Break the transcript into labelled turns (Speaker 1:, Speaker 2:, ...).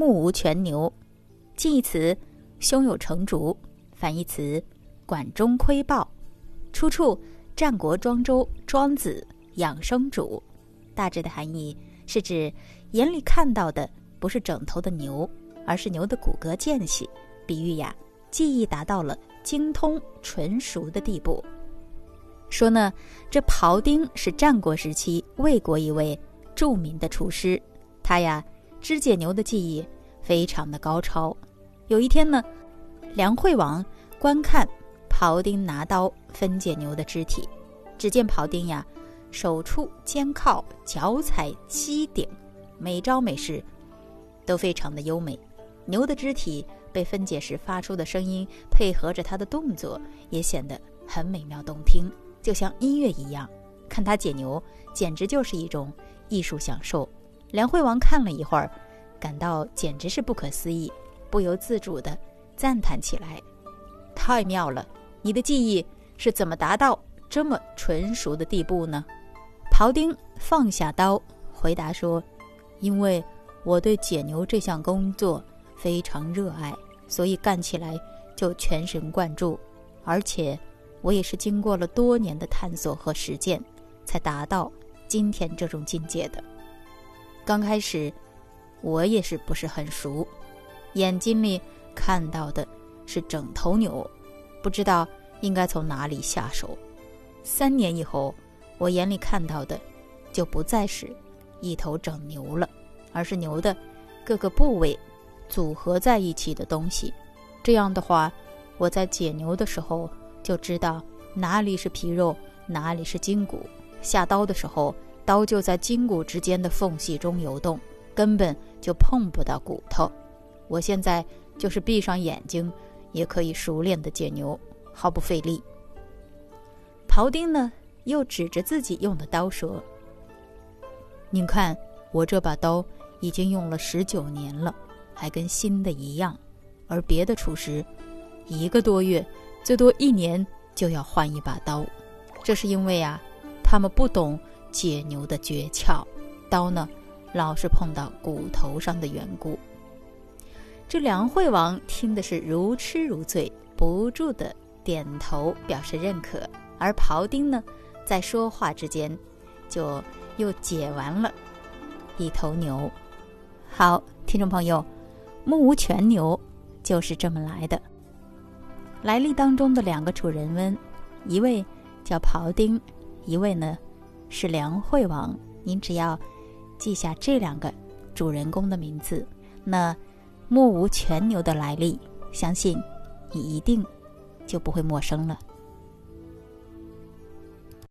Speaker 1: 目无全牛，近义词胸有成竹，反义词管中窥豹，出处战国庄周庄子养生主。大致的含义是指眼里看到的不是整头的牛，而是牛的骨骼间隙，比喻呀技艺达到了精通纯熟的地步。说呢，这庖丁是战国时期魏国一位著名的厨师，他呀肢解牛的技艺非常的高超。有一天呢，梁惠王观看庖丁拿刀分解牛的肢体，只见庖丁呀手触肩靠，脚踩膝顶，每招每式都非常的优美。牛的肢体被分解时发出的声音，配合着他的动作，也显得很美妙动听，就像音乐一样。看他解牛简直就是一种艺术享受。梁惠王看了一会儿，感到简直是不可思议，不由自主地赞叹起来：太妙了，你的技艺是怎么达到这么纯熟的地步呢？庖丁放下刀回答说：因为我对解牛这项工作非常热爱，所以干起来就全神贯注，而且我也是经过了多年的探索和实践才达到今天这种境界的。刚开始我也是不是很熟，眼睛里看到的是整头牛，不知道应该从哪里下手。3年以后，我眼里看到的就不再是一头整牛了，而是牛的各个部位组合在一起的东西。这样的话，我在解牛的时候就知道哪里是皮肉，哪里是筋骨。下刀的时候，刀就在筋骨之间的缝隙中游动，根本就碰不到骨头。我现在就是闭上眼睛也可以熟练的解牛，毫不费力。庖丁呢，又指着自己用的刀说：您看，我这把刀已经用了19年了，还跟新的一样，而别的厨师1个多月，最多1年就要换一把刀。这是因为啊，他们不懂解牛的诀窍，刀呢老是碰到骨头上的缘故。这梁惠王听的是如痴如醉，不住的点头表示认可。而庖丁呢，在说话之间就又解完了一头牛。好，听众朋友，目无全牛就是这么来的。来历当中的2个主人翁，一位叫庖丁，一位呢是梁惠王。您只要记下这2个主人公的名字，那目无全牛的来历，相信你一定就不会陌生了。